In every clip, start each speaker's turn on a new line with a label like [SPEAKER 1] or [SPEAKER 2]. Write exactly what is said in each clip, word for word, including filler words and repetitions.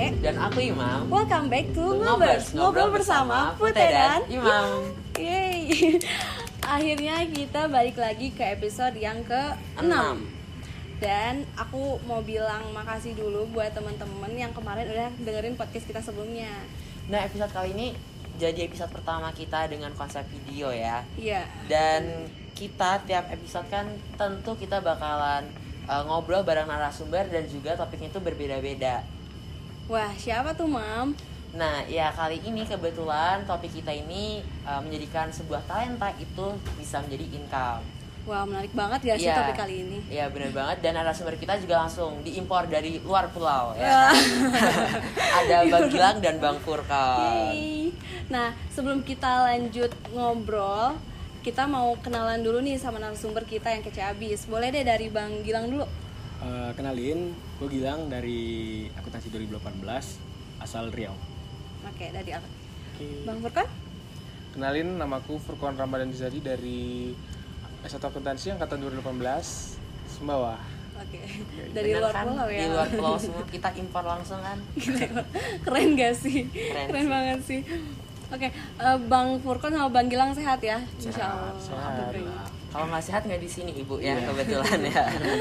[SPEAKER 1] Dan aku Imam.
[SPEAKER 2] Welcome back to Ngobers, ngobrol bersama Pute dan
[SPEAKER 1] Imam.
[SPEAKER 2] Yeay. Akhirnya kita balik lagi ke episode yang ke enam. Dan aku mau bilang makasih dulu buat teman-teman yang kemarin udah dengerin podcast kita sebelumnya.
[SPEAKER 1] Nah, episode kali ini jadi episode pertama kita dengan konsep video ya.
[SPEAKER 2] Iya.
[SPEAKER 1] Dan kita tiap episode kan tentu kita bakalan uh, ngobrol bareng narasumber dan juga topiknya itu berbeda-beda.
[SPEAKER 2] Wah, siapa tuh, Mam?
[SPEAKER 1] Nah, ya kali ini kebetulan topik kita ini uh, menjadikan sebuah talenta itu bisa menjadi income.
[SPEAKER 2] Wah, menarik banget ya sih
[SPEAKER 1] ya,
[SPEAKER 2] topik kali ini.
[SPEAKER 1] Iya, benar banget. Dan narasumber kita juga langsung diimpor dari luar pulau ya. Ada Bang Gilang dan Bang Furqan.
[SPEAKER 2] Yeay. Nah, sebelum kita lanjut ngobrol, kita mau kenalan dulu nih sama narasumber kita yang kece abis. Boleh deh dari Bang Gilang dulu.
[SPEAKER 3] Uh, kenalin, gue Gilang dari akuntansi dua ribu delapan belas, asal Riau.
[SPEAKER 2] Oke, dari apa?
[SPEAKER 4] Oke.
[SPEAKER 2] Bang Furqan?
[SPEAKER 4] Kenalin, namaku Furqan Ramadan Dizadi dari S satu Akuntansi angkatan dua ribu delapan belas, Sumbawa.
[SPEAKER 2] Oke, dari
[SPEAKER 1] Bener
[SPEAKER 2] luar
[SPEAKER 1] kan?
[SPEAKER 2] pulau ya?
[SPEAKER 1] Di luar pulau semua, kita impor langsung kan.
[SPEAKER 2] Keren gak sih?
[SPEAKER 1] Keren,
[SPEAKER 2] Keren
[SPEAKER 1] sih.
[SPEAKER 2] banget sih. Oke, uh, Bang Furqan sama Bang Gilang sehat ya? Insya Allah.
[SPEAKER 4] sehat.
[SPEAKER 2] Alhamdulillah.
[SPEAKER 1] Kalau nggak sehat nggak di sini ibu ya,
[SPEAKER 3] Iya.
[SPEAKER 1] kebetulan ya.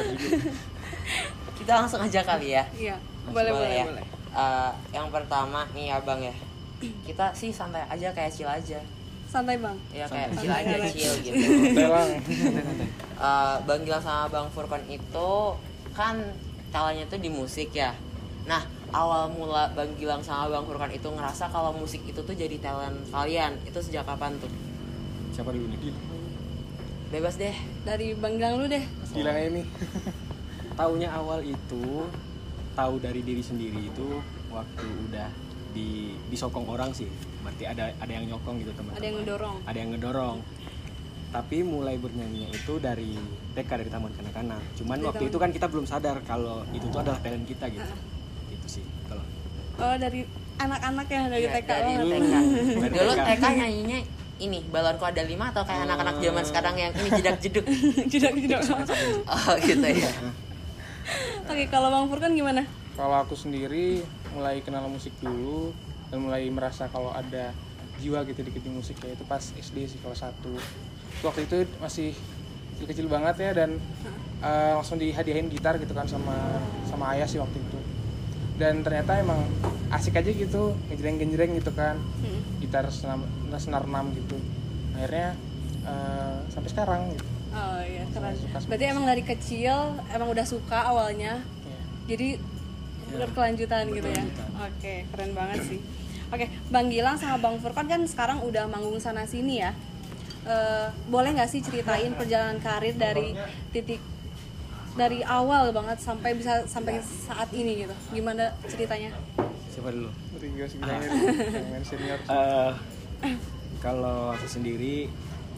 [SPEAKER 1] Kita langsung aja kali ya.
[SPEAKER 2] Iya,
[SPEAKER 1] Langsung
[SPEAKER 2] boleh boleh
[SPEAKER 1] ya.
[SPEAKER 2] boleh.
[SPEAKER 1] Uh, yang pertama nih abang ya, kita sih santai aja kayak chill aja.
[SPEAKER 2] Santai Bang.
[SPEAKER 1] Ya kayak
[SPEAKER 2] Santai.
[SPEAKER 1] chill aja,
[SPEAKER 2] Santai.
[SPEAKER 1] chill gitu.
[SPEAKER 4] Telang.
[SPEAKER 1] Uh, Bang Gilang sama Bang Furqan itu kan talentnya tuh di musik ya. Nah, awal mula Bang Gilang sama Bang Furqan itu ngerasa kalau musik itu tuh jadi talent kalian, itu sejak kapan tuh?
[SPEAKER 3] Siapa dulu nih?
[SPEAKER 1] Bebas deh.
[SPEAKER 2] Dari Bang Gilang dulu deh.
[SPEAKER 4] Gilang ini.
[SPEAKER 3] Taunya awal itu, tahu dari diri sendiri itu waktu udah di disokong orang sih. Berarti ada ada yang nyokong gitu teman-teman.
[SPEAKER 2] Ada yang ngedorong.
[SPEAKER 3] Ada yang ngedorong. Tapi mulai bernyanyinya itu dari T K, dari taman kanak-kanak. Cuman
[SPEAKER 2] Dari
[SPEAKER 3] waktu
[SPEAKER 2] taman.
[SPEAKER 3] itu kan kita belum sadar kalau itu tuh adalah talent kita gitu. Gitu sih kalau.
[SPEAKER 2] Oh, dari anak-anak ya, dari
[SPEAKER 1] Ya,
[SPEAKER 2] T K
[SPEAKER 1] dari
[SPEAKER 2] banget.
[SPEAKER 1] T K.
[SPEAKER 3] Dari
[SPEAKER 1] Dulu
[SPEAKER 3] T K.
[SPEAKER 1] T K nyanyinya ini balonku ada lima atau kayak anak-anak zaman sekarang yang ini jedak-jeduk.
[SPEAKER 2] Tidak-tidak.
[SPEAKER 1] Oh gitu ya.
[SPEAKER 2] Oke, kalau Bang Furqan gimana?
[SPEAKER 4] Kalau aku sendiri mulai kenal musik dulu dan mulai merasa kalau ada jiwa gitu dikit di musik ya itu pas S D sih, kelas satu. Waktu itu masih kecil banget ya dan uh, langsung dihadiahin gitar gitu kan sama sama ayah sih waktu itu. Dan ternyata emang asik aja gitu, ngejreng-ngejreng gitu kan.
[SPEAKER 2] Hmm.
[SPEAKER 4] Gitar senar, senar enam gitu. Akhirnya uh, sampai sekarang gitu.
[SPEAKER 2] Oh iya, keren.
[SPEAKER 4] Suka sama
[SPEAKER 2] Berarti
[SPEAKER 4] musik.
[SPEAKER 2] emang dari kecil emang udah suka awalnya.
[SPEAKER 4] Ya.
[SPEAKER 2] Jadi berkelanjutan gitu ya.
[SPEAKER 3] berkelanjutan.
[SPEAKER 2] Oke, keren banget sih. Oke, Bang Gilang sama Bang Furqan kan sekarang udah manggung sana sini ya. Eh, boleh nggak sih ceritain perjalanan karir dari titik dari awal banget sampai bisa sampai saat ini gitu? Gimana ceritanya?
[SPEAKER 3] Siapa dulu?
[SPEAKER 4] Ringo sih bilangnya yang main senior sih.
[SPEAKER 3] Eh, kalau aku sendiri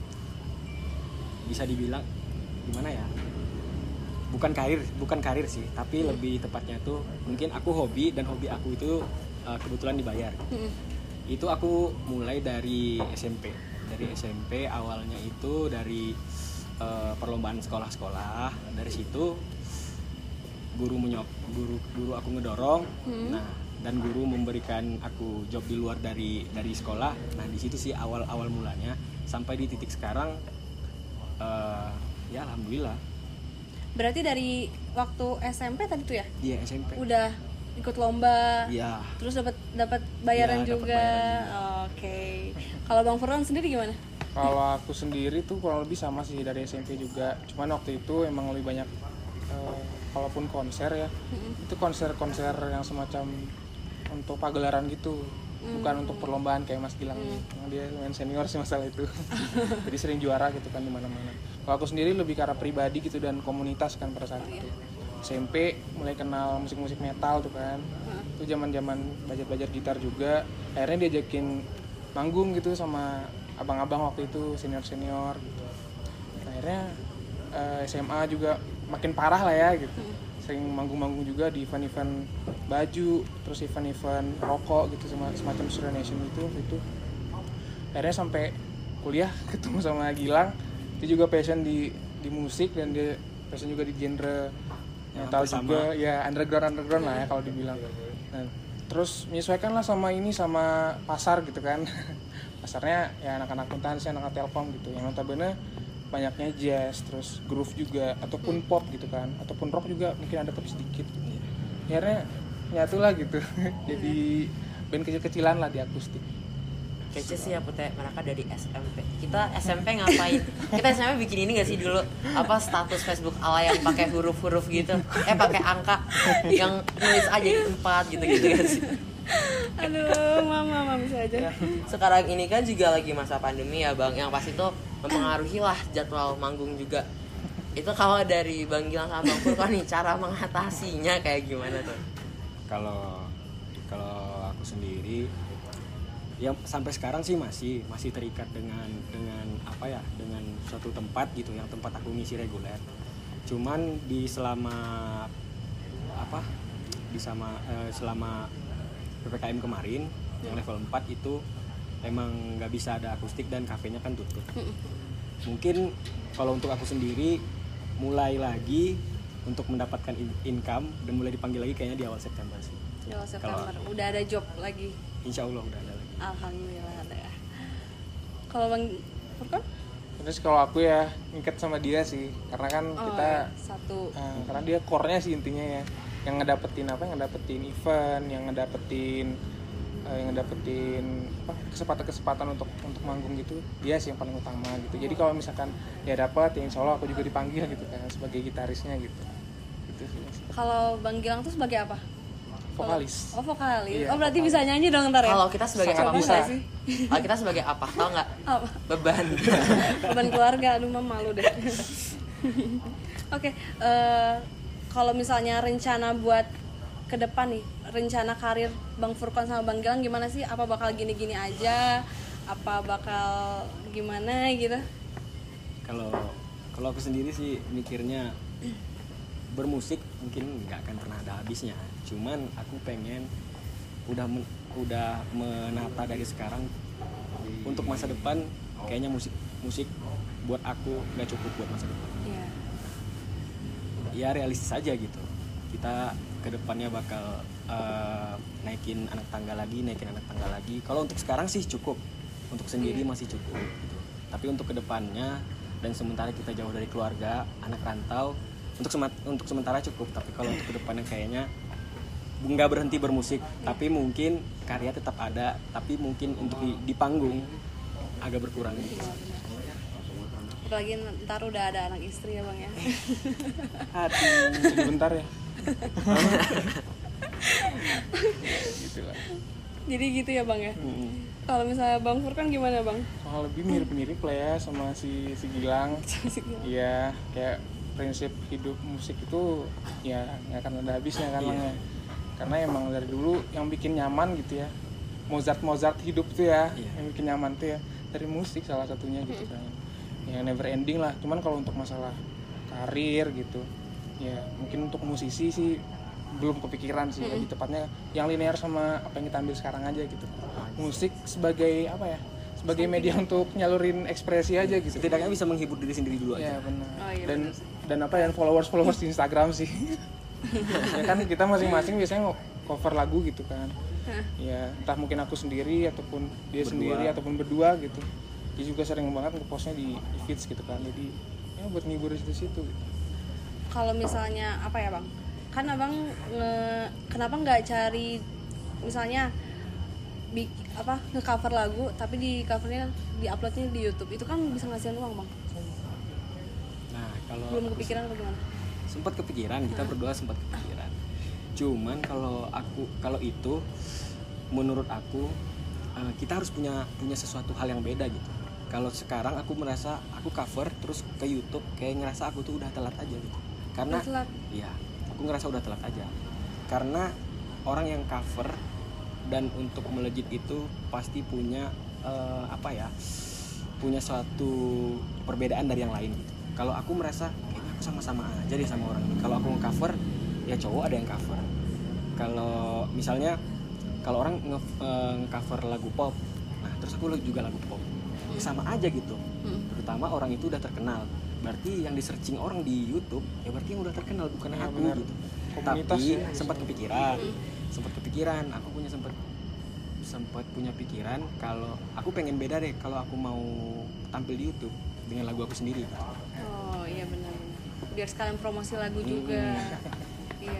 [SPEAKER 3] bisa dibilang gimana ya, bukan karir bukan karir sih, tapi
[SPEAKER 2] Hmm.
[SPEAKER 3] lebih tepatnya tuh mungkin aku hobi, dan hobi aku itu uh, kebetulan dibayar.
[SPEAKER 2] Hmm.
[SPEAKER 3] Itu aku mulai dari S M P. Dari S M P awalnya itu dari uh, perlombaan sekolah-sekolah. Dari situ guru menyok guru guru aku ngedorong.
[SPEAKER 2] Hmm.
[SPEAKER 3] Nah, dan guru memberikan aku job di luar dari dari sekolah. Nah, di situ sih awal-awal mulanya sampai di titik sekarang. Uh, ya alhamdulillah.
[SPEAKER 2] Berarti dari waktu S M P tadi tuh ya?
[SPEAKER 3] Iya, S M P.
[SPEAKER 2] Udah ikut lomba.
[SPEAKER 3] Iya.
[SPEAKER 2] Terus dapat dapat bayaran
[SPEAKER 3] Ya, dapat
[SPEAKER 2] juga.
[SPEAKER 3] bayaran
[SPEAKER 2] Oke. Kalau Bang Furqan sendiri gimana?
[SPEAKER 4] Kalau aku sendiri tuh kurang lebih sama sih dari S M P juga. Cuman waktu itu emang lebih banyak eh, kalaupun konser ya.
[SPEAKER 2] Mm-mm.
[SPEAKER 4] Itu konser-konser yang semacam untuk pagelaran gitu. Bukan untuk perlombaan kayak Mas Gilang. Emang dia main senior sih masalah itu. Jadi sering juara gitu kan di mana-mana. Kalau aku sendiri lebih ke arah pribadi gitu dan komunitas kan pada saat itu. S M P mulai kenal musik-musik metal tuh kan. Itu zaman-zaman belajar-belajar gitar juga. Akhirnya diajakin manggung gitu sama abang-abang waktu itu, senior-senior gitu. Nah, akhirnya eh, S M A juga makin parah lah ya gitu. Sering manggung-manggung juga di event-event baju, terus event-event rokok gitu, semacam Surya Nation itu itu. Akhirnya sampai kuliah ketemu sama Gilang, dia juga passion di di musik dan dia passion juga di genre
[SPEAKER 3] Ya,
[SPEAKER 4] metal
[SPEAKER 3] hampir
[SPEAKER 4] juga, ya underground underground lah ya kalau dibilang. Nah, terus menyesuaikan lah sama ini sama pasar gitu kan. Pasarnya ya anak-anak akuntansi, anak telkom gitu yang notabene banyaknya jazz, terus groove juga, ataupun pop gitu kan, ataupun rock juga mungkin ada tapi sedikit. Akhirnya nyatulah gitu. Jadi band kecil-kecilan lah di akustik.
[SPEAKER 1] Kece sih ya Putih, mereka dari S M P. Kita S M P ngapain? Kita S M P bikin ini gak sih dulu? Apa status Facebook ala yang pakai huruf-huruf gitu? Eh pakai angka yang nulis aja empat gitu-gitu gak sih?
[SPEAKER 2] Aduh, mama, mama bisa aja.
[SPEAKER 1] Sekarang ini kan juga lagi masa pandemi ya Bang, yang pasti itu mempengaruhi lah jadwal manggung juga. Itu kalau dari Bang Gilang sama Bang Furqan nih, cara mengatasinya kayak gimana tuh?
[SPEAKER 3] Kalau kalau aku sendiri ya sampai sekarang sih masih masih terikat dengan dengan apa ya dengan suatu tempat gitu yang tempat aku ngisi reguler. Cuman di selama apa di sama eh, selama P P K M kemarin yang level empat itu emang nggak bisa ada akustik dan kafenya kan tutup. Mungkin kalau untuk aku sendiri mulai lagi untuk mendapatkan in- income dan mulai dipanggil lagi kayaknya di awal September sih.
[SPEAKER 2] Di awal September
[SPEAKER 3] Kalau-
[SPEAKER 2] udah ada job lagi.
[SPEAKER 3] Insya Allah udah ada lagi.
[SPEAKER 2] Alhamdulillah ada ya. Kalau Bang Furqan?
[SPEAKER 4] Terus kalau aku ya ngikat sama dia sih, karena kan
[SPEAKER 2] Oh,
[SPEAKER 4] kita
[SPEAKER 2] ya, satu.
[SPEAKER 4] uh, karena dia core-nya sih intinya ya, yang ngedapetin apa, yang ngedapetin event, yang ngedapetin uh, yang ngedapetin apa kesempatan-kesempatan untuk untuk manggung gitu, dia sih yang paling utama gitu. Jadi kalau misalkan dia dapat, ya insya Allah aku juga dipanggil gitu kan sebagai gitarisnya gitu. Gitu sih.
[SPEAKER 2] Kalau Bang Gilang tuh sebagai apa?
[SPEAKER 4] Vokalis.
[SPEAKER 2] Oh, vokalis.
[SPEAKER 4] Iya,
[SPEAKER 2] oh, berarti
[SPEAKER 4] vokalis.
[SPEAKER 2] bisa nyanyi dong ntar ya?
[SPEAKER 1] Kalau kita sebagai
[SPEAKER 4] Sangat
[SPEAKER 1] apa
[SPEAKER 4] bisa.
[SPEAKER 1] nggak sih? Kalau kita sebagai apa? Tahu nggak?
[SPEAKER 2] Apa?
[SPEAKER 1] Beban.
[SPEAKER 2] Beban keluarga, aduh mama malu deh. Oke, eh, kalau misalnya rencana buat ke depan nih, rencana karir Bang Furqan sama Bang Gilang gimana sih? Apa bakal gini-gini aja? Apa bakal gimana gitu?
[SPEAKER 3] Kalau kalau aku sendiri sih mikirnya bermusik mungkin nggak akan pernah ada habisnya. Cuman aku pengen udah men, udah menata dari sekarang untuk masa depan. Kayaknya musik musik buat aku nggak cukup buat masa depan.
[SPEAKER 2] Iya.
[SPEAKER 3] Ya realistis aja gitu. Kita kedepannya bakal uh, naikin anak tangga lagi, naikin anak tangga lagi. Kalau untuk sekarang sih cukup, untuk sendiri masih cukup. Gitu. Tapi untuk kedepannya dan sementara kita jauh dari keluarga, anak rantau, untuk semat- untuk sementara cukup. Tapi kalau untuk kedepannya kayaknya nggak berhenti bermusik, tapi mungkin karya tetap ada, tapi mungkin untuk di, di panggung agak berkurang. Gitu.
[SPEAKER 2] Apalagi ntar udah ada anak istri ya Bang ya.
[SPEAKER 3] Aduh.
[SPEAKER 4] Tunggu bentar ya. Gitu lah.
[SPEAKER 2] Jadi gitu ya Bang ya.
[SPEAKER 3] Mm-mm.
[SPEAKER 2] Kalau misalnya Bang Furqan gimana Bang?
[SPEAKER 4] Soal lebih mirip-mirip lah ya sama si si Gilang. Iya, kayak prinsip hidup musik itu ya nggak akan ada habisnya kan
[SPEAKER 3] Iya.
[SPEAKER 4] Lang, ya. Karena emang dari dulu yang bikin nyaman gitu ya, Mozart Mozart hidup tuh ya,
[SPEAKER 3] Iya.
[SPEAKER 4] yang bikin nyaman tuh ya dari musik salah satunya gitu kan. Ya never ending lah. Cuman kalau untuk masalah karir gitu, ya mungkin untuk musisi sih belum kepikiran sih, lebih tepatnya yang linear sama apa yang kita ambil sekarang aja gitu. Musik sebagai apa ya? Sebagai media untuk nyalurin ekspresi aja gitu.
[SPEAKER 3] Setidaknya bisa menghibur diri sendiri dulu
[SPEAKER 4] Ya
[SPEAKER 3] aja.
[SPEAKER 4] benar.
[SPEAKER 2] Oh, iya,
[SPEAKER 4] dan
[SPEAKER 2] benar.
[SPEAKER 4] dan apa dan followers followers di Instagram sih. Ya kan kita masing-masing biasanya cover lagu gitu kan. Ya entah mungkin aku sendiri ataupun dia
[SPEAKER 3] Berdua.
[SPEAKER 4] sendiri ataupun berdua gitu. Dia juga sering banget ngepostnya di, di feeds gitu kan. Jadi ya buat ngibur di situ-situ gitu.
[SPEAKER 2] Kalau misalnya apa ya Bang? Kan Abang nge, kenapa nggak cari misalnya bik, apa nge-cover lagu tapi di covernya di uploadnya di YouTube, itu kan bisa ngasihin uang Bang.
[SPEAKER 3] Nah, kalau
[SPEAKER 2] Belum kepikiran atau gimana?
[SPEAKER 3] sempat kepikiran, kita berdua sempat kepikiran. Cuman kalau aku kalau itu menurut aku uh, kita harus punya punya sesuatu hal yang beda gitu. Kalau sekarang aku merasa aku cover terus ke YouTube kayak ngerasa aku tuh udah telat aja gitu. Karena
[SPEAKER 2] Udah telat?
[SPEAKER 3] iya, aku ngerasa udah telat aja. Karena orang yang cover dan untuk melejit itu pasti punya uh, apa ya? Punya suatu perbedaan dari yang lain gitu. Kalau aku merasa kayaknya aku sama-sama aja deh sama orang ini. Kalau aku nge-cover ya cowok ada yang cover. Kalau misalnya kalau orang nge- uh, nge-cover lagu pop, nah terus aku juga lagu pop. Ya sama aja gitu. Terutama orang itu udah terkenal. Berarti yang di searching orang di YouTube ya berarti yang udah terkenal bukan
[SPEAKER 4] Ya,
[SPEAKER 3] aku
[SPEAKER 4] benar.
[SPEAKER 3] gitu.
[SPEAKER 4] Komunitas
[SPEAKER 3] Tapi
[SPEAKER 4] ya.
[SPEAKER 3] sempat kepikiran sempat kepikiran, aku punya sempat sempat punya pikiran kalau aku pengen beda deh kalau aku mau tampil di YouTube dengan lagu aku sendiri.
[SPEAKER 2] Oh iya benar, biar sekalian promosi lagu juga. Iya.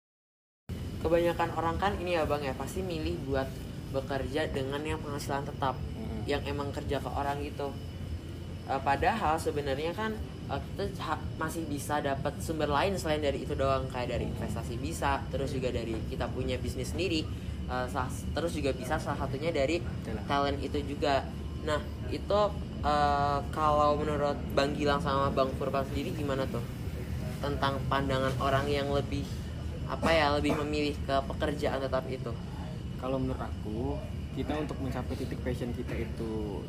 [SPEAKER 1] Kebanyakan orang kan ini ya Bang ya, pasti milih buat bekerja dengan yang penghasilan tetap, hmm. yang emang kerja ke orang gitu. Uh, padahal sebenarnya kan uh, kita ha- masih bisa dapat sumber lain selain dari itu doang, kayak dari investasi bisa, terus juga dari kita punya bisnis sendiri, uh, sah- terus juga bisa salah satunya dari talent itu juga. Nah itu uh, kalau menurut Bang Gilang sama Bang Furkan sendiri gimana tuh tentang pandangan orang yang lebih apa ya lebih memilih ke pekerjaan tetap itu?
[SPEAKER 3] Kalau menurut aku, kita untuk mencapai titik passion kita itu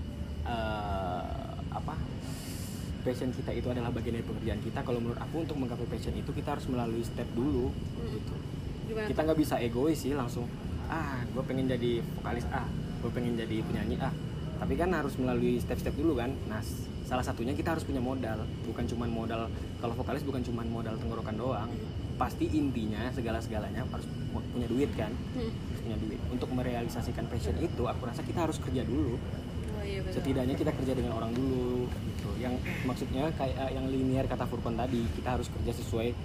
[SPEAKER 3] uh, apa? Passion kita itu adalah bagian dari pekerjaan kita. Kalau menurut aku untuk menggapai passion itu kita harus melalui step dulu, hmm. gitu. Gimana? Kita nggak bisa egois sih langsung ah gue pengen jadi vokalis ah, gue pengen jadi penyanyi ah. Tapi kan harus melalui step-step dulu kan. Nah salah satunya kita harus punya modal. Bukan cuma modal, kalau vokalis bukan cuma modal tenggorokan doang. Pasti intinya segala-segalanya harus punya duit kan, hmm. harus punya duit. Untuk merealisasikan passion itu, aku rasa kita harus kerja dulu.
[SPEAKER 2] Oh, iya
[SPEAKER 3] setidaknya kita kerja dengan orang dulu, gitu. Yang maksudnya kayak uh, yang linear kata Furkan tadi, kita harus kerja sesuai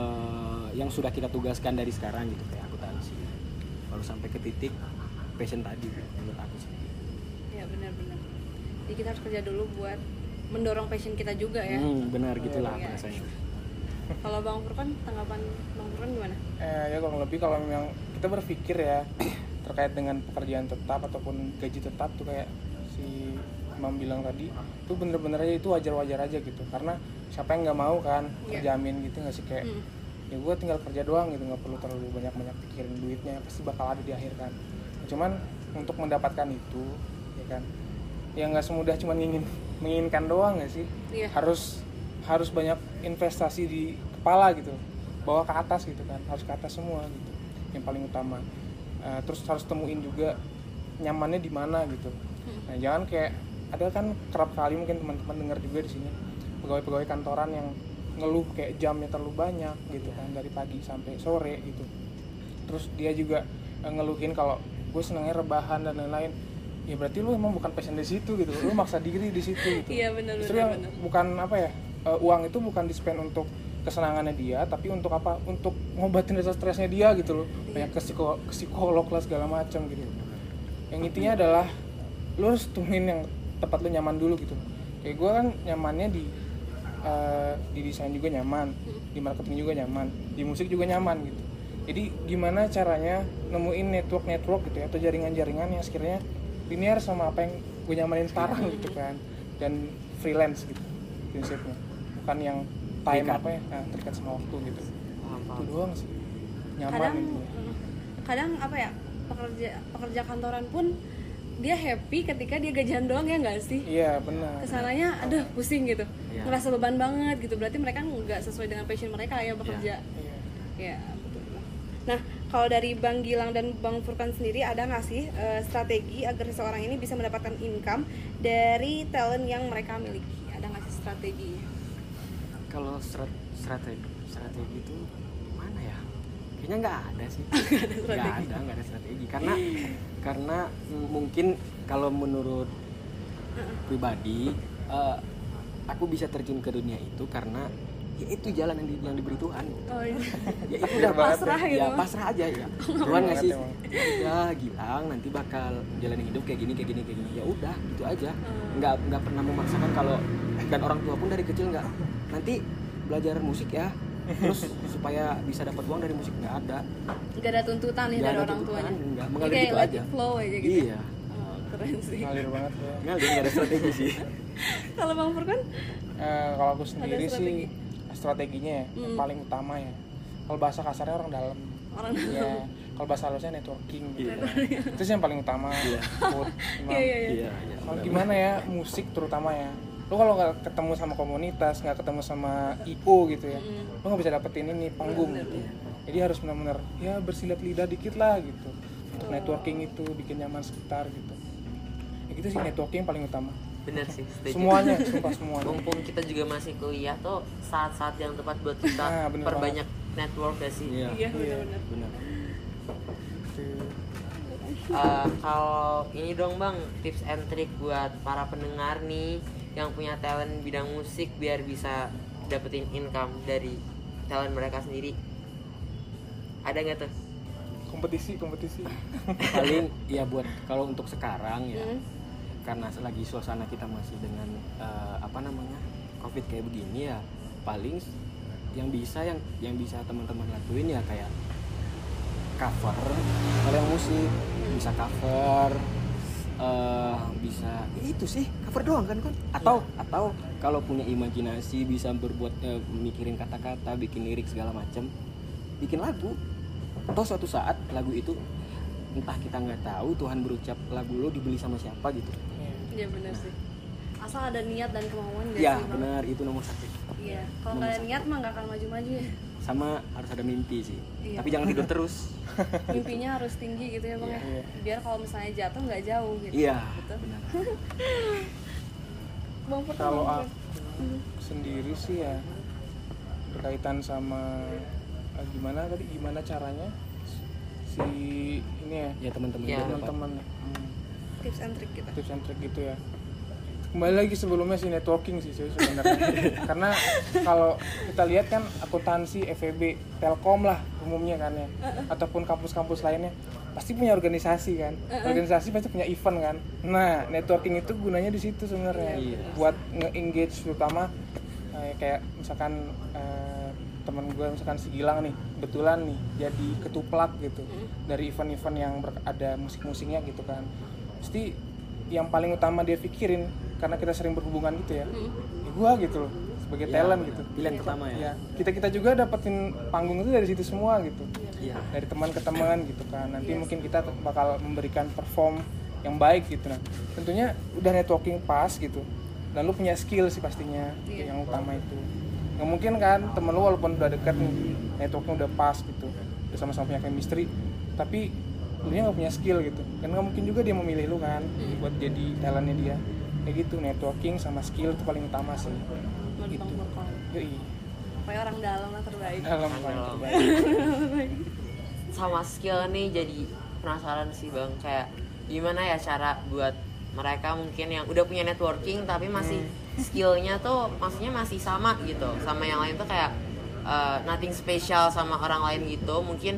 [SPEAKER 3] uh, yang sudah kita tugaskan dari sekarang gitu, kayak akuntansi. Baru sampai ke titik passion tadi, menurut aku sih.
[SPEAKER 2] Ya benar-benar. Jadi kita harus kerja dulu buat mendorong passion kita juga ya.
[SPEAKER 3] Hmm, benar gitulah
[SPEAKER 2] ya.
[SPEAKER 3] rasanya.
[SPEAKER 2] Kalau Bang Furkan, tanggapan Bang Furkan gimana?
[SPEAKER 4] Eh, ya kurang lebih kalau memang kita berpikir ya terkait dengan pekerjaan tetap ataupun gaji tetap tuh kayak si Imam bilang tadi, itu bener-bener aja itu wajar-wajar aja gitu. Karena siapa yang nggak mau kan
[SPEAKER 2] yeah.
[SPEAKER 4] terjamin gitu nggak sih kayak hmm. ya gue tinggal kerja doang gitu, nggak perlu terlalu banyak-banyak pikirin duitnya, pasti bakal ada di akhir kan. Cuman untuk mendapatkan itu ya kan, ya nggak semudah cuman ingin menginginkan doang nggak sih, yeah. harus harus banyak investasi di kepala gitu, bawa ke atas gitu kan, harus ke atas semua gitu, yang paling utama. Uh, terus harus temuin juga nyamannya di mana gitu. Nah jangan kayak ada kan kerap kali mungkin teman-teman dengar juga di sini pegawai-pegawai kantoran yang ngeluh kayak jamnya terlalu banyak gitu kan, dari pagi sampai sore gitu. Terus dia juga uh, ngeluhin kalau gue senangnya rebahan dan lain-lain. Ya berarti lu emang bukan passion di situ gitu, lu maksa diri di situ gitu.
[SPEAKER 2] Iya benar benar.
[SPEAKER 4] Justru yang bukan apa ya, uh, uang itu bukan di spend untuk kesenangannya dia, tapi untuk apa? Untuk ngobatin rasa stresnya dia gitu loh. Banyak ke psikolog, ke psikolog lah segala macam gitu. Yang intinya adalah lu harus temuin yang tempat lu nyaman dulu gitu. Kayak gue kan nyamannya di uh, di desain juga nyaman, di marketing juga nyaman, di musik juga nyaman gitu. Jadi gimana caranya nemuin network-network gitu ya, atau jaringan-jaringan yang sekiranya linear sama apa yang gue nyamanin sekarang gitu kan, dan freelance gitu prinsipnya, bukan yang time terikat. Apa ya, nah, terikat sama waktu gitu. Apa? Itu doang sih nyaman.
[SPEAKER 2] Kadang,
[SPEAKER 4] intinya.
[SPEAKER 2] kadang apa ya, pekerja pekerja kantoran pun dia happy ketika dia gajian doang ya nggak sih?
[SPEAKER 4] Iya benar.
[SPEAKER 2] Kesananya aduh pusing gitu,
[SPEAKER 3] ya.
[SPEAKER 2] ngerasa beban banget gitu, berarti mereka nggak sesuai dengan passion mereka ya bekerja.
[SPEAKER 4] Iya.
[SPEAKER 2] Ya betul. Nah kalau dari Bang Gilang dan Bang Furkan sendiri ada nggak sih uh, strategi agar seseorang ini bisa mendapatkan income dari talent yang mereka miliki? Ada nggak sih strateginya?
[SPEAKER 3] Kalau strat- strategi strategi itu mana ya? Kayaknya nggak ada sih. Nggak ada, nggak ada strategi. Karena karena m- mungkin kalau menurut pribadi, uh, aku bisa terjun ke dunia itu karena ya itu jalan yang, di, yang diberi Tuhan.
[SPEAKER 2] Oh, iya.
[SPEAKER 3] Ya itu udah
[SPEAKER 2] pasrah
[SPEAKER 3] ya,
[SPEAKER 2] gitu.
[SPEAKER 3] Ya pasrah aja ya. Tuhan ngasih, ya Gilang nanti bakal jalanin hidup kayak gini kayak gini kayak gini. Ya udah gitu aja. Nggak nggak pernah memaksakan kalau, dan orang tua pun dari kecil nggak nanti belajar musik ya. Terus supaya bisa dapat uang dari musik, nggak ada.
[SPEAKER 2] Nggak ada tuntutan nih dari orang tuanya.
[SPEAKER 3] Nggak, mengalir gitu
[SPEAKER 2] let
[SPEAKER 3] aja.
[SPEAKER 2] it flow aja gitu.
[SPEAKER 3] Iya.
[SPEAKER 2] Oh, keren sih.
[SPEAKER 4] Ngalir banget ya.
[SPEAKER 3] Ngalir, nggak ada strategi sih.
[SPEAKER 2] Kalau Bang Furkan?
[SPEAKER 4] Uh, kalau aku sendiri
[SPEAKER 2] strategi?
[SPEAKER 4] sih strateginya ya,
[SPEAKER 2] mm.
[SPEAKER 4] yang paling utama ya. Kalau bahasa kasarnya orang dalam.
[SPEAKER 2] Orang dalam.
[SPEAKER 4] Ya, kalau bahasa halusnya networking gitu. Yeah. Itu sih yang paling utama. Iya.
[SPEAKER 2] Iya iya iya.
[SPEAKER 4] Kalau gimana ya, musik terutama ya. Lo kalau nggak ketemu sama komunitas, nggak ketemu sama I O gitu ya, mm. lo nggak bisa dapetin ini panggung gitu. Jadi harus benar-benar ya bersilat lidah dikit lah gitu. Untuk oh. networking itu bikin nyaman sekitar gitu. Ya gitu sih, networking paling utama.
[SPEAKER 1] Bener sih, setuju.
[SPEAKER 4] Semuanya, sumpah semuanya.
[SPEAKER 1] Mumpung kita juga masih kuliah tuh saat-saat yang tepat buat kita
[SPEAKER 4] nah,
[SPEAKER 1] perbanyak network gak sih?
[SPEAKER 3] Iya,
[SPEAKER 2] iya benar-benar.
[SPEAKER 3] Benar.
[SPEAKER 1] Uh, kalau ini dong bang, tips and trick buat para pendengar nih yang punya talent bidang musik biar bisa dapetin income dari talent mereka sendiri. Ada nggak tuh?
[SPEAKER 4] Kompetisi, kompetisi.
[SPEAKER 3] Paling ya buat kalau untuk sekarang ya,
[SPEAKER 2] Hmm.
[SPEAKER 3] karena selagi suasana kita masih dengan uh, apa namanya covid kayak begini ya, paling yang bisa yang yang bisa teman-teman lakuin ya kayak cover. Kalau yang musik bisa cover, uh, bisa ya itu sih cover doang kan kan atau atau kalau punya imajinasi bisa berbuat uh, mikirin kata-kata, bikin lirik segala macam, bikin lagu. Atau suatu saat lagu itu entah kita nggak tahu Tuhan berucap lagu lo dibeli sama siapa gitu.
[SPEAKER 2] Iya benar sih. Asal ada niat dan kemauan nggak
[SPEAKER 3] Ya
[SPEAKER 2] sih Bang?
[SPEAKER 3] benar, itu nomor satu.
[SPEAKER 2] Iya. Kalau
[SPEAKER 3] Nomor
[SPEAKER 2] nggak ada
[SPEAKER 3] satu.
[SPEAKER 2] niat mah nggak akan maju-maju ya.
[SPEAKER 3] Sama harus ada mimpi sih.
[SPEAKER 2] Iya.
[SPEAKER 3] Tapi jangan tidur terus.
[SPEAKER 2] Mimpinya harus tinggi gitu ya bang ya.
[SPEAKER 4] Iya.
[SPEAKER 2] Biar kalau misalnya jatuh nggak jauh gitu.
[SPEAKER 3] Iya,
[SPEAKER 2] Betul.
[SPEAKER 3] benar.
[SPEAKER 2] Bang Pur,
[SPEAKER 4] Kalau
[SPEAKER 2] Bang Pur.
[SPEAKER 4] aku sendiri sih ya berkaitan sama eh, gimana tadi gimana caranya si ini ya
[SPEAKER 3] Ya teman-teman
[SPEAKER 1] Ya,
[SPEAKER 3] juga dapat.
[SPEAKER 4] teman-teman hmm,
[SPEAKER 2] Tips and trick kita.
[SPEAKER 4] tips and trick gitu ya. Kembali lagi sebelumnya sih networking sih sih sebenarnya. Karena kalau kita lihat kan akuntansi, F E B, Telkom lah umumnya kan ya, ataupun kampus-kampus lainnya pasti punya organisasi kan. Organisasi pasti punya event kan. Nah, networking itu gunanya di situ sebenarnya.
[SPEAKER 3] Iya.
[SPEAKER 4] Buat nge-engage terutama eh, kayak misalkan eh, teman gue misalkan si Gilang nih, kebetulan nih jadi ketuplak gitu dari event-event yang ber- ada musik-musiknya gitu kan. Pasti yang paling utama dia pikirin karena kita sering berhubungan gitu ya, ya gua gitu loh sebagai
[SPEAKER 3] Ya,
[SPEAKER 4] talent gitu.
[SPEAKER 3] pilihan pertama ya.
[SPEAKER 4] Ya, kita kita juga dapetin panggung itu dari situ semua gitu,
[SPEAKER 3] Iya.
[SPEAKER 4] dari teman ke teman gitu kan. Nanti mungkin kita bakal memberikan perform yang baik gitu. Nah, tentunya udah networking pas gitu, dan lu punya skill sih pastinya
[SPEAKER 2] Iya.
[SPEAKER 4] yang utama itu. Nggak mungkin kan temen lu walaupun udah dekat nih, networknya udah pas gitu, udah sama-sama punya chemistry, tapi lu nya nggak punya skill gitu, kan nggak mungkin juga dia memilih lu kan buat jadi talentnya dia. Kayak gitu, networking sama skill itu paling utama sih.
[SPEAKER 2] Menurut
[SPEAKER 4] Gitu.
[SPEAKER 2] Bang Pur kalau.
[SPEAKER 4] Yoi,
[SPEAKER 2] Pokoknya orang dalam lah terbaik.
[SPEAKER 4] dalam
[SPEAKER 1] Orang
[SPEAKER 4] paling
[SPEAKER 1] dalam.
[SPEAKER 4] terbaik.
[SPEAKER 1] Sama skill nih jadi penasaran sih bang, kayak gimana ya cara buat mereka mungkin yang udah punya networking tapi masih skillnya tuh maksudnya masih sama gitu sama yang lain tuh kayak uh, nothing special sama orang lain gitu. Mungkin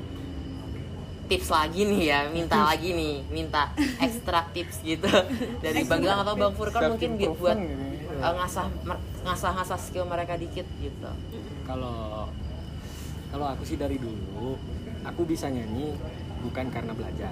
[SPEAKER 1] tips lagi nih ya, minta lagi nih, minta ekstra tips gitu dari Bang Gilang atau Bang Furkan mungkin gitu buat uh, ngasah mer- ngasah-ngasah skill mereka dikit gitu.
[SPEAKER 3] Kalau kalau aku sih dari dulu aku bisa nyanyi bukan karena belajar.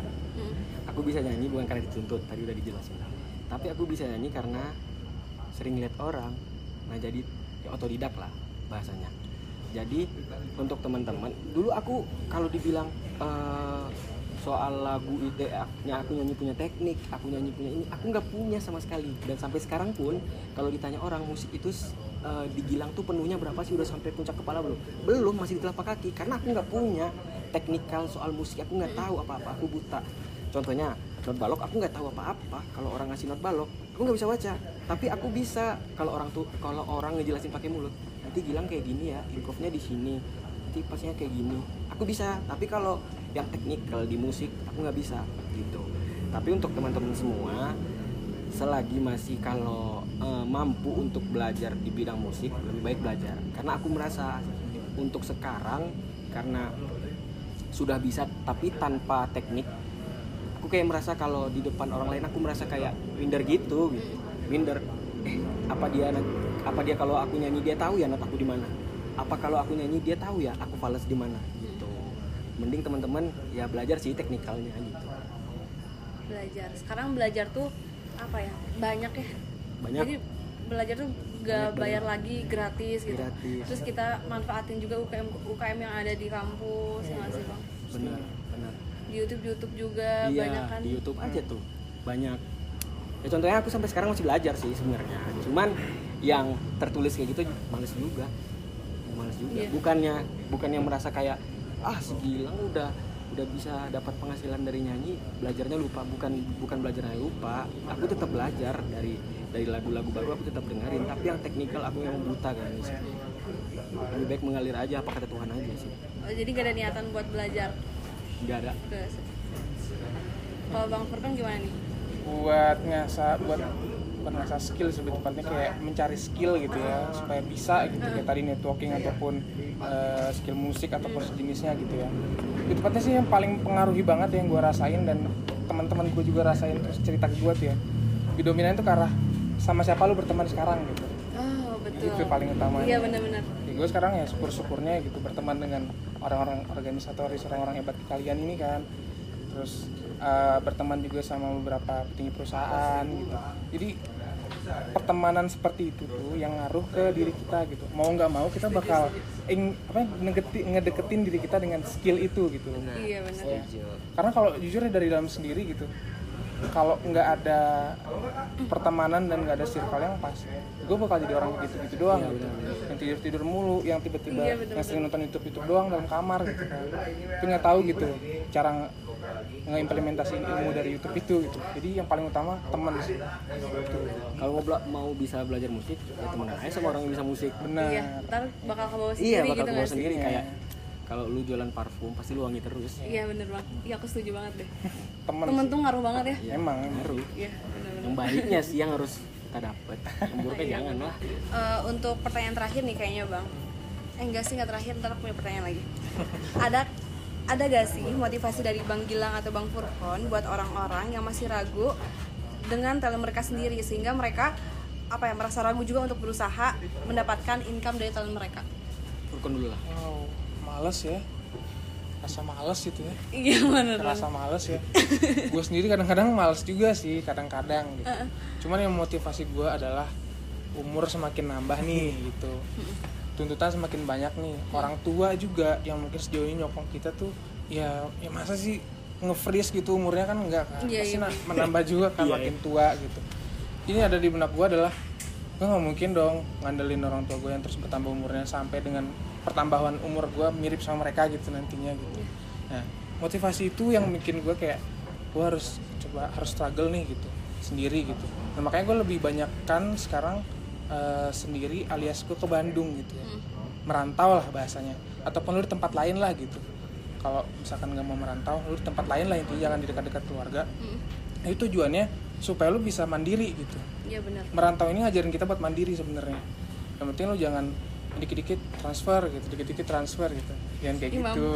[SPEAKER 3] Aku bisa nyanyi bukan karena dituntut, tadi udah dijelasin. Tapi aku bisa nyanyi karena sering lihat orang. Nah, jadi ya otodidak lah bahasanya. Jadi untuk teman-teman, dulu aku kalau dibilang eh, soal lagu ide aku nyanyi punya teknik, aku nyanyi punya ini, aku nggak punya sama sekali. Dan sampai sekarang pun kalau ditanya orang musik itu eh, di Gilang tuh penuhnya berapa sih, udah sampai puncak kepala belum? Belum, masih di telapak kaki karena aku nggak punya teknikal soal musik, aku nggak tahu apa-apa, aku buta. Contohnya not balok, aku nggak tahu apa-apa. Kalau orang ngasih not balok, aku nggak bisa baca. Tapi aku bisa kalau orang tuh kalau orang ngejelasin pakai mulut. Nanti Gilang kayak gini ya, improve-nya di sini. Nanti pasnya kayak gini. Aku bisa. Tapi kalau yang teknikal di musik, aku nggak bisa gitu. Tapi untuk teman-teman semua, selagi masih kalau eh, mampu untuk belajar di bidang musik, lebih baik belajar. Karena aku merasa untuk sekarang karena sudah bisa tapi tanpa teknik, aku kayak merasa kalau di depan orang lain aku merasa kayak minder gitu gitu minder eh apa dia apa dia kalau aku nyanyi dia tahu ya not aku di mana, apa kalau aku nyanyi dia tahu ya aku fals di mana gitu. Mending teman-teman ya belajar sih teknikalnya gitu.
[SPEAKER 2] Belajar. Sekarang belajar tuh apa ya? Banyak ya.
[SPEAKER 3] Banyak.
[SPEAKER 2] Jadi belajar tuh gak
[SPEAKER 3] Banyak
[SPEAKER 2] bayar
[SPEAKER 3] banget.
[SPEAKER 2] lagi, gratis gitu.
[SPEAKER 3] Gratis.
[SPEAKER 2] Terus kita manfaatin juga U K M U K M yang ada di kampus, ya nggak sih bang?
[SPEAKER 3] Benar benar.
[SPEAKER 2] Di YouTube YouTube juga
[SPEAKER 3] Iya,
[SPEAKER 2] banyak kan.
[SPEAKER 3] di YouTube aja tuh banyak. Ya contohnya aku sampai sekarang masih belajar sih sebenarnya. Cuman yang tertulis kayak gitu males juga. Males juga.
[SPEAKER 2] Iya.
[SPEAKER 3] Bukannya bukannya merasa kayak ah si Gilang udah udah bisa dapat penghasilan dari nyanyi, belajarnya lupa. Bukan bukan belajarnya lupa. Aku tetap belajar dari dari lagu-lagu baru, aku tetap dengerin. Tapi yang teknikal aku yang buta kan. Lebih baik mengalir aja apa kata Tuhan aja sih.
[SPEAKER 2] Oh, jadi gak ada niatan buat belajar
[SPEAKER 3] Nggak ada.
[SPEAKER 2] ke Kalau Bang Furkan gimana nih?
[SPEAKER 4] Buat ngasah buat bukan ngasah skill sebetulnya tepatnya kayak mencari skill gitu ya supaya bisa gitu kayak tadi networking ataupun uh, skill musik ataupun sejenisnya gitu ya. Itu tepatnya sih yang paling pengaruhi banget yang gue rasain dan teman-teman gue juga rasain terus cerita ke gue tuh ya. Lebih dominan itu ke arah sama siapa lu berteman sekarang gitu.
[SPEAKER 2] Oh betul.
[SPEAKER 4] Itu paling utama.
[SPEAKER 2] Iya benar-benar.
[SPEAKER 4] Ya, gue sekarang ya syukur-syukurnya gitu berteman dengan orang-orang organisatoris, orang-orang hebat di kalian ini kan. Terus uh, berteman juga sama beberapa petinggi perusahaan gitu. Jadi pertemanan seperti itu tuh yang ngaruh ke diri kita gitu. Mau nggak mau kita bakal ing, apa ngedeketi, ngedeketin diri kita dengan skill itu gitu.
[SPEAKER 1] Benar.
[SPEAKER 2] Iya benar.
[SPEAKER 4] Ya. Karena kalau jujur ya dari dalam sendiri gitu. Kalau nggak ada pertemanan dan nggak ada circle yang pas, gue bakal jadi orang gitu-gitu doang gitu. Yang tidur-tidur mulu, yang tiba-tiba
[SPEAKER 2] Iya, bener-bener.
[SPEAKER 4] yang sering nonton YouTube-YouTube doang dalam kamar gitu kan. Itu nggak tahu gitu cara ngeimplementasiin ilmu dari YouTube itu gitu. Jadi yang paling utama teman sih. Gitu.
[SPEAKER 3] Kalau mau, bela- mau bisa belajar musik ya temenan aja sama orang yang bisa musik.
[SPEAKER 4] Benar.
[SPEAKER 2] Iya, ntar bakal ke bawah sendiri
[SPEAKER 3] Iya, bakal
[SPEAKER 2] gitu
[SPEAKER 3] kebawa
[SPEAKER 2] nggak sih?
[SPEAKER 3] sendiri
[SPEAKER 4] Iya.
[SPEAKER 3] kayak kalau lu jualan parfum pasti lu wangi terus.
[SPEAKER 2] Iya bener Bang. Iya aku setuju banget deh.
[SPEAKER 4] Teman.
[SPEAKER 2] Temen tuh ngaruh banget ya.
[SPEAKER 3] Iya,
[SPEAKER 4] Emang.
[SPEAKER 3] ngaruh.
[SPEAKER 2] Iya benar-benar.
[SPEAKER 3] Yang baiknya sih yang harus kita dapat. Yang buruknya jangan lah.
[SPEAKER 2] Eh, untuk pertanyaan terakhir nih kayaknya Bang. Eh enggak sih, enggak terakhir, ntar aku punya pertanyaan lagi. Ada ada gak sih motivasi dari Bang Gilang atau Bang Furkon buat orang-orang yang masih ragu dengan talent mereka sendiri sehingga mereka apa ya merasa ragu juga untuk berusaha mendapatkan income dari talent mereka?
[SPEAKER 3] Furkon dulu lah.
[SPEAKER 4] Wow, males ya. Rasa males gitu ya.
[SPEAKER 2] Iya benar.
[SPEAKER 4] Rasa males ya. Gue sendiri kadang-kadang males juga sih, kadang-kadang gitu. Cuman yang motivasi gue adalah umur semakin nambah nih gitu. Tuntutan semakin banyak nih. Orang tua juga yang mungkin sejauh ini nyokong kita tuh ya, ya masa sih nge-freeze gitu umurnya kan enggak kan.
[SPEAKER 2] Iya,
[SPEAKER 4] Pasti
[SPEAKER 2] iya.
[SPEAKER 4] na- menambah juga kan
[SPEAKER 3] Iya,
[SPEAKER 4] makin tua gitu. Ini ada di benak gue adalah gue nggak mungkin dong ngandelin orang tua gue yang terus bertambah umurnya sampai dengan pertambahan umur gue mirip sama mereka gitu nantinya gitu. Nah motivasi itu yang bikin gue kayak gue harus coba harus struggle nih gitu sendiri gitu. Nah makanya gue lebih banyak kan sekarang uh, sendiri alias gue ke Bandung gitu ya. Merantau lah bahasanya ataupun lu di tempat lain lah gitu. Kalau misalkan nggak mau merantau lu di tempat lain lah intinya, jangan di dekat-dekat keluarga. Nah, itu tujuannya supaya lu bisa mandiri gitu.
[SPEAKER 2] Iya benar.
[SPEAKER 4] Merantau ini ngajarin kita buat mandiri sebenarnya. Yang penting lu jangan dikit-dikit transfer gitu, dikit-dikit transfer gitu. Jangan kayak
[SPEAKER 2] Imam.
[SPEAKER 4] gitu.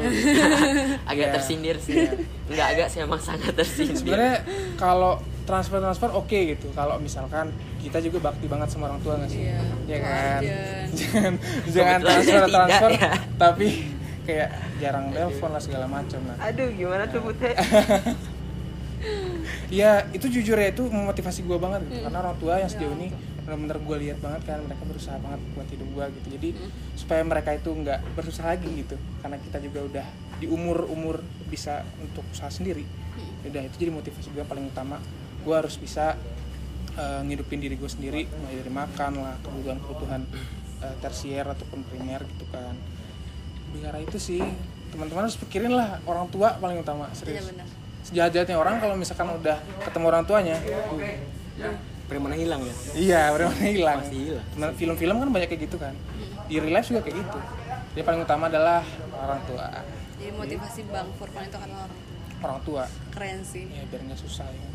[SPEAKER 1] Agak
[SPEAKER 4] Iya.
[SPEAKER 1] tersindir sih. Enggak agak sih, emang sangat tersindir.
[SPEAKER 4] Sebenarnya kalau transfer-transfer oke gitu. Kalau misalkan kita juga bakti banget sama orang tua nggak sih?
[SPEAKER 2] Iya.
[SPEAKER 4] Ya kan.
[SPEAKER 2] Wajar.
[SPEAKER 4] jangan jangan
[SPEAKER 1] Kebetulan
[SPEAKER 4] transfer
[SPEAKER 1] tidak,
[SPEAKER 4] transfer
[SPEAKER 1] ya.
[SPEAKER 4] tapi kayak jarang telepon lah segala macam lah.
[SPEAKER 1] Aduh, gimana tuh Putih?
[SPEAKER 4] Ya itu jujur ya itu memotivasi gue banget gitu. Karena orang tua yang sejauh ini benar-benar gue lihat banget kan mereka berusaha banget buat hidup gue gitu. Jadi supaya mereka itu nggak berusaha lagi gitu. Karena kita juga udah di umur-umur bisa untuk usaha sendiri. Udah itu jadi motivasi gue paling utama. Gue harus bisa uh, ngidupin diri gue sendiri, mulai dari makan lah, kebutuhan-kebutuhan uh, tersier ataupun primer gitu kan. Bicara itu sih teman-teman harus pikirin lah orang tua paling utama, serius.
[SPEAKER 2] Iya benar.
[SPEAKER 4] Sejahat-jahatnya orang kalau misalkan udah ketemu orang tuanya,
[SPEAKER 3] Preman hilang ya?
[SPEAKER 4] iya benar-benar hilang.
[SPEAKER 3] Pasti hilang.
[SPEAKER 4] Nah, film-film kan banyak kayak gitu kan. Di real life juga kayak gitu. Jadi paling utama adalah orang tua.
[SPEAKER 2] Jadi motivasi Bang Furkon itu karena orang
[SPEAKER 4] Orang tua.
[SPEAKER 2] keren sih.
[SPEAKER 4] Ya biar nggak susah ya.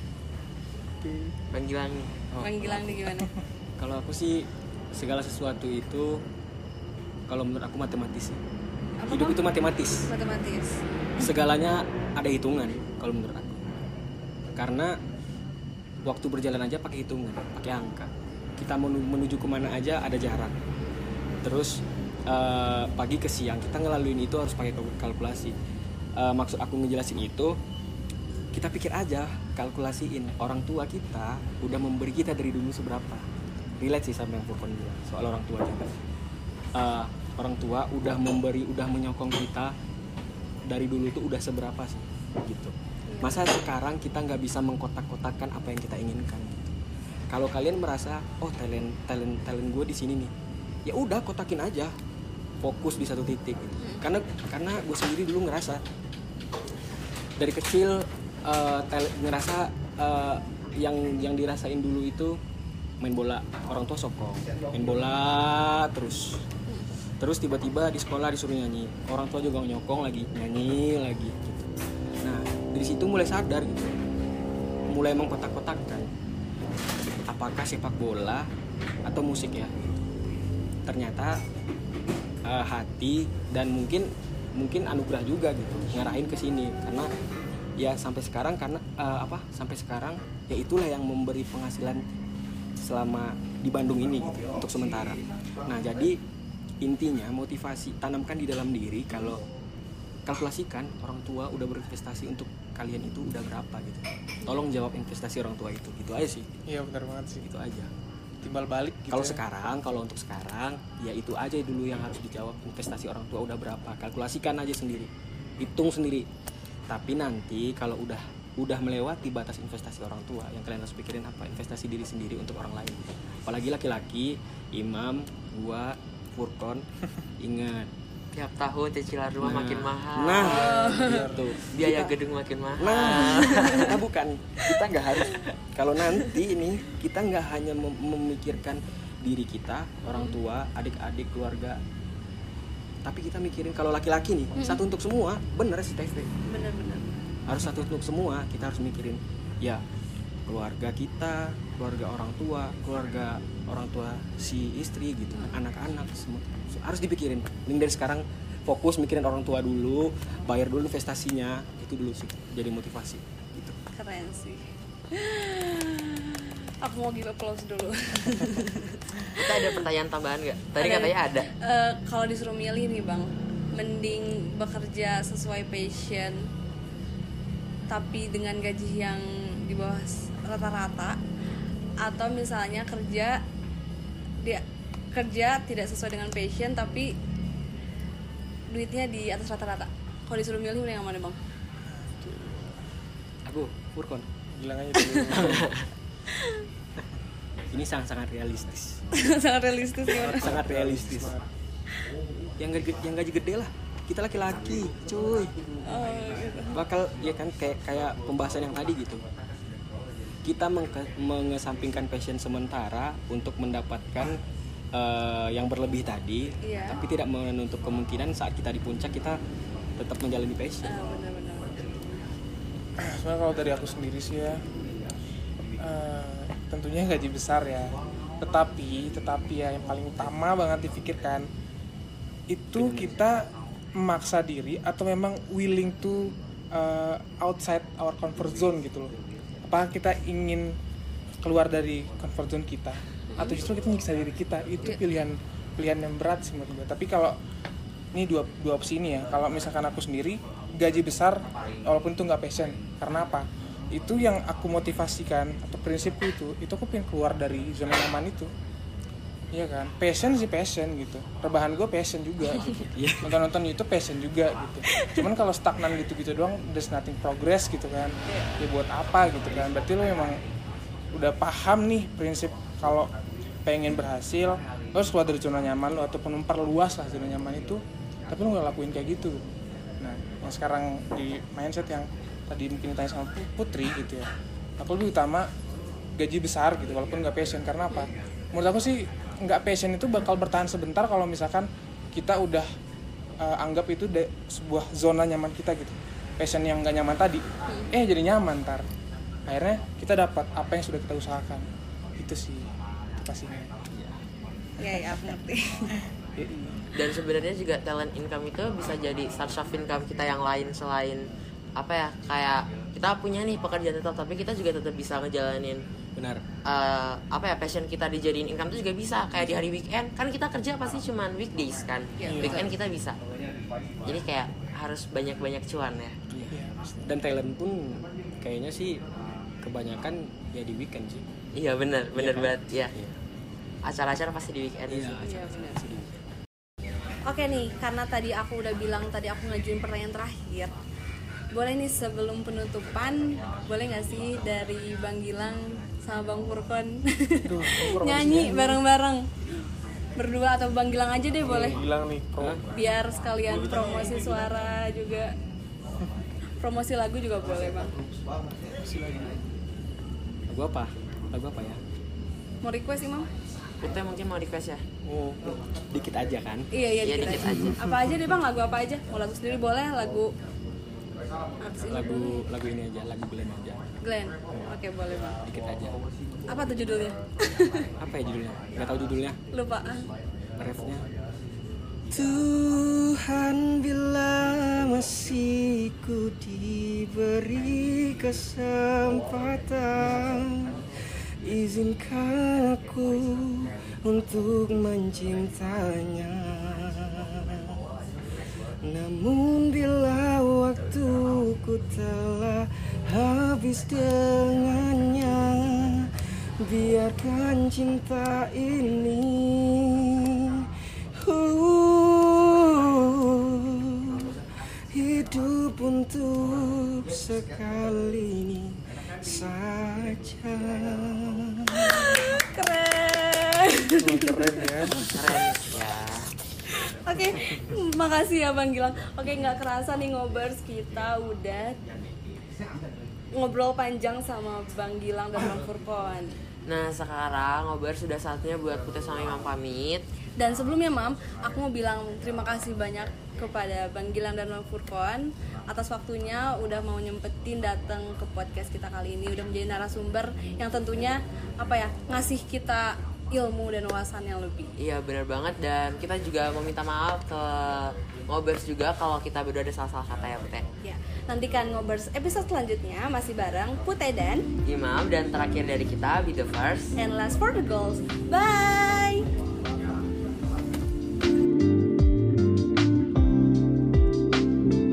[SPEAKER 1] Bang Gilang nih.
[SPEAKER 3] Oh.
[SPEAKER 2] Bang Gilang nih gimana?
[SPEAKER 3] Kalau aku sih segala sesuatu itu kalau menurut aku matematis sih.
[SPEAKER 2] Apa,
[SPEAKER 3] Hidup
[SPEAKER 2] Bang?
[SPEAKER 3] itu matematis.
[SPEAKER 2] Matematis.
[SPEAKER 3] Segalanya ada hitungan kalau menurut aku. Karena waktu berjalan aja pakai hitungan, pakai angka. Kita menu- menuju kemana aja ada jarak. Terus eh, pagi ke siang kita ngelaluin itu harus pakai kalkulasi. Eh, maksud aku ngejelasin itu, kita pikir aja, kalkulasiin orang tua kita udah memberi kita dari dulu seberapa. Relate sih sama yang Furkon bilang soal orang tua juga. Eh, orang tua udah memberi, udah menyokong kita dari dulu tuh udah seberapa sih gitu. Masa sekarang kita nggak bisa mengkotak-kotakan apa yang kita inginkan gitu. Kalau kalian merasa oh talent talent talent gue di sini nih, ya udah kotakin aja, fokus di satu titik gitu. Karena karena gue sendiri dulu ngerasa dari kecil uh, talent, ngerasa uh, yang yang dirasain dulu itu main bola, orang tua sokong main bola terus terus tiba-tiba di sekolah disuruh nyanyi, orang tua juga nyokong lagi nyanyi lagi gitu. Nah dari situ mulai sadar gitu, mulai mengkotak-kotakkan apakah sepak bola atau musik ya. Ternyata uh, hati dan mungkin mungkin anugerah juga gitu ngarahin ke sini, karena ya sampai sekarang karena uh, apa sampai sekarang ya itulah yang memberi penghasilan selama di Bandung ini gitu untuk sementara. Nah jadi intinya motivasi tanamkan di dalam diri, kalau kalkulasikan orang tua udah berinvestasi untuk kalian itu udah berapa gitu, tolong jawab investasi orang tua itu, gitu aja sih.
[SPEAKER 4] Iya benar banget sih,
[SPEAKER 3] Gitu aja.
[SPEAKER 4] timbal balik gitu
[SPEAKER 3] Kalau
[SPEAKER 4] ya.
[SPEAKER 3] sekarang, kalau untuk sekarang ya itu aja dulu yang harus dijawab, investasi orang tua udah berapa, kalkulasikan aja sendiri, hitung sendiri. Tapi nanti kalau udah udah melewati batas investasi orang tua, yang kalian harus pikirin apa, investasi diri sendiri untuk orang lain. Apalagi laki-laki, Imam, gua, Furkon, ingat
[SPEAKER 1] Tiap tahun cicilan rumah
[SPEAKER 3] Nah,
[SPEAKER 1] makin mahal.
[SPEAKER 3] nah gitu.
[SPEAKER 1] Biaya
[SPEAKER 3] Kita-
[SPEAKER 1] gedung makin mahal.
[SPEAKER 3] Nah, kita bukan, kita nggak harus. Kalau nanti ini kita nggak hanya mem- memikirkan diri kita, orang tua, adik-adik, keluarga, tapi kita mikirin kalau laki-laki nih satu untuk semua, bener sih T V.
[SPEAKER 2] Bener-bener.
[SPEAKER 3] Harus satu untuk semua, kita harus mikirin ya keluarga kita, keluarga orang tua, keluarga orang tua si istri gitu, anak-anak semua harus dipikirin. Mending dari sekarang fokus mikirin orang tua dulu, bayar dulu investasinya, itu dulu sih jadi motivasi gitu.
[SPEAKER 2] Keren sih. Aku mau give applause dulu.
[SPEAKER 1] Kita ada pertanyaan tambahan nggak? Tadi
[SPEAKER 2] Ada.
[SPEAKER 1] katanya ada.
[SPEAKER 2] Eh, kalau disuruh milih nih bang, mending bekerja sesuai passion tapi dengan gaji yang di bawah s- rata-rata, atau misalnya kerja dia kerja tidak sesuai dengan passion tapi duitnya di atas rata-rata. Kalau disuruh milih yang mana bang?
[SPEAKER 3] Aku Furkon,
[SPEAKER 4] bilang aja dulu.
[SPEAKER 3] ini sangat-sangat realistis,
[SPEAKER 2] Sangat realistis gimana?
[SPEAKER 3] sangat realistis. Yang gaji, yang gaji gede lah, kita laki-laki, cuy.
[SPEAKER 2] Oh, gitu.
[SPEAKER 3] Bakal ya kan kayak kayak pembahasan yang tadi gitu. Kita mengke- mengesampingkan passion sementara untuk mendapatkan eh, yang berlebih tadi,
[SPEAKER 2] Iya.
[SPEAKER 3] tapi tidak menutup kemungkinan saat kita di puncak kita tetap menjalani passion.
[SPEAKER 2] Ah, benar-benar.
[SPEAKER 4] Sebenarnya kalau dari aku sendiri sih ya, eh, tentunya gaji besar ya. Tetapi, tetapi ya yang paling utama banget dipikirkan itu kita memaksa diri atau memang willing to uh, outside our comfort zone gitu loh. Apa kita ingin keluar dari comfort zone kita atau justru kita nyiksa diri kita, itu pilihan pilihan yang berat sih menurut gue. Tapi kalau ini dua dua opsi ini ya, kalau misalkan aku sendiri gaji besar walaupun itu nggak passion, karena apa, itu yang aku motivasikan atau prinsipku itu itu aku pengen keluar dari zona nyaman itu. Iya kan, passion sih passion gitu, rebahan gue passion juga gitu, nonton-nonton YouTube passion juga gitu. Cuman kalau stagnan gitu-gitu doang, there's nothing progress gitu kan, ya buat apa gitu kan. Berarti lo memang udah paham nih prinsip kalau pengen berhasil lo harus keluar dari zona nyaman lo ataupun memperluas lah zona nyaman itu, tapi lo nggak lakuin kayak gitu. Nah, yang sekarang di mindset yang tadi mungkin ditanya sama Putri gitu ya, aku lebih utama gaji besar gitu walaupun nggak passion. Karena apa? Menurut aku sih nggak passion itu bakal bertahan sebentar kalau misalkan kita udah uh, anggap itu de- sebuah zona nyaman kita gitu. Passion yang nggak nyaman tadi, eh jadi nyaman ntar. Akhirnya kita dapat apa yang sudah kita usahakan. Itu sih pastinya.
[SPEAKER 2] Ya, ya aku ngerti.
[SPEAKER 1] Dan sebenarnya juga talent income itu bisa jadi source of income kita yang lain selain apa ya, kayak kita punya nih pekerjaan tetap tapi kita juga tetap bisa ngejalanin
[SPEAKER 3] Benar.
[SPEAKER 1] uh, apa ya, passion kita dijadiin income itu juga bisa. Kayak di hari weekend kan kita kerja pasti cuman weekdays kan, weekend kita bisa. Jadi kayak harus banyak-banyak cuan ya.
[SPEAKER 3] Iya. Dan talent pun kayaknya sih kebanyakan ya di weekend sih.
[SPEAKER 1] Iya benar, benar
[SPEAKER 3] Iya kan?
[SPEAKER 1] banget ya.
[SPEAKER 3] Iya.
[SPEAKER 1] Acara-acara pasti di weekend
[SPEAKER 3] Iya,
[SPEAKER 1] sih.
[SPEAKER 2] Iya, benar. Oke nih, karena tadi aku udah bilang, tadi aku ngajuin pertanyaan terakhir. Boleh nih sebelum penutupan, boleh nggak sih dari Bang Gilang sama Bang Furkon nyanyi bareng-bareng berdua, atau Bang Gilang aja deh boleh,
[SPEAKER 4] Bilang nih pro.
[SPEAKER 2] biar sekalian promosi suara juga, promosi lagu juga boleh Bang.
[SPEAKER 3] Lagu apa? Lagu apa ya?
[SPEAKER 2] Mau request Imam?
[SPEAKER 1] Putih mungkin mau request ya.
[SPEAKER 3] Oh, dikit aja kan?
[SPEAKER 2] Iya iya
[SPEAKER 1] Iya,
[SPEAKER 2] dikit
[SPEAKER 1] dikit
[SPEAKER 2] aja.
[SPEAKER 1] aja.
[SPEAKER 2] Apa aja deh Bang, lagu apa aja? Mau lagu sendiri boleh, lagu Artis ini
[SPEAKER 3] lagu
[SPEAKER 2] boleh.
[SPEAKER 3] lagu ini aja, lagu Glenn aja.
[SPEAKER 2] Glenn. Oke, boleh bang.
[SPEAKER 3] Dikit aja.
[SPEAKER 2] Apa tuh judulnya?
[SPEAKER 3] Apa ya judulnya? Nggak tahu judulnya.
[SPEAKER 2] Lupa.
[SPEAKER 3] Refnya. Tuhan, bila masih ku diberi kesempatan, izinkan aku untuk mencintanya. Namun bila waktuku telah habis dengannya, biarkan cinta ini uh, hidup untuk sekali ini saja.
[SPEAKER 2] Keren.
[SPEAKER 4] Keren ya.
[SPEAKER 1] Keren ya.
[SPEAKER 2] Oke, makasih ya Bang Gilang. Oke, nggak kerasa nih ngobers kita udah ngobrol panjang sama Bang Gilang dan Bang Furkon.
[SPEAKER 1] Nah sekarang ngobrol sudah saatnya buat Putih sama Imam pamit.
[SPEAKER 2] Dan sebelumnya Mam, aku mau bilang terima kasih banyak kepada Bang Gilang dan Bang Furkon atas waktunya udah mau nyempetin datang ke podcast kita kali ini, udah menjadi narasumber yang tentunya apa ya ngasih kita ilmu dan wawasan yang lebih.
[SPEAKER 1] Iya benar banget, dan kita juga meminta maaf ke Ngobers juga kalau kita berdua ada salah-salah kata ya Putih.
[SPEAKER 2] Ya, nantikan Ngobers episode selanjutnya masih bareng Putih dan
[SPEAKER 1] Imam, dan terakhir dari kita Be The First.
[SPEAKER 2] And Last for the Goals. Bye.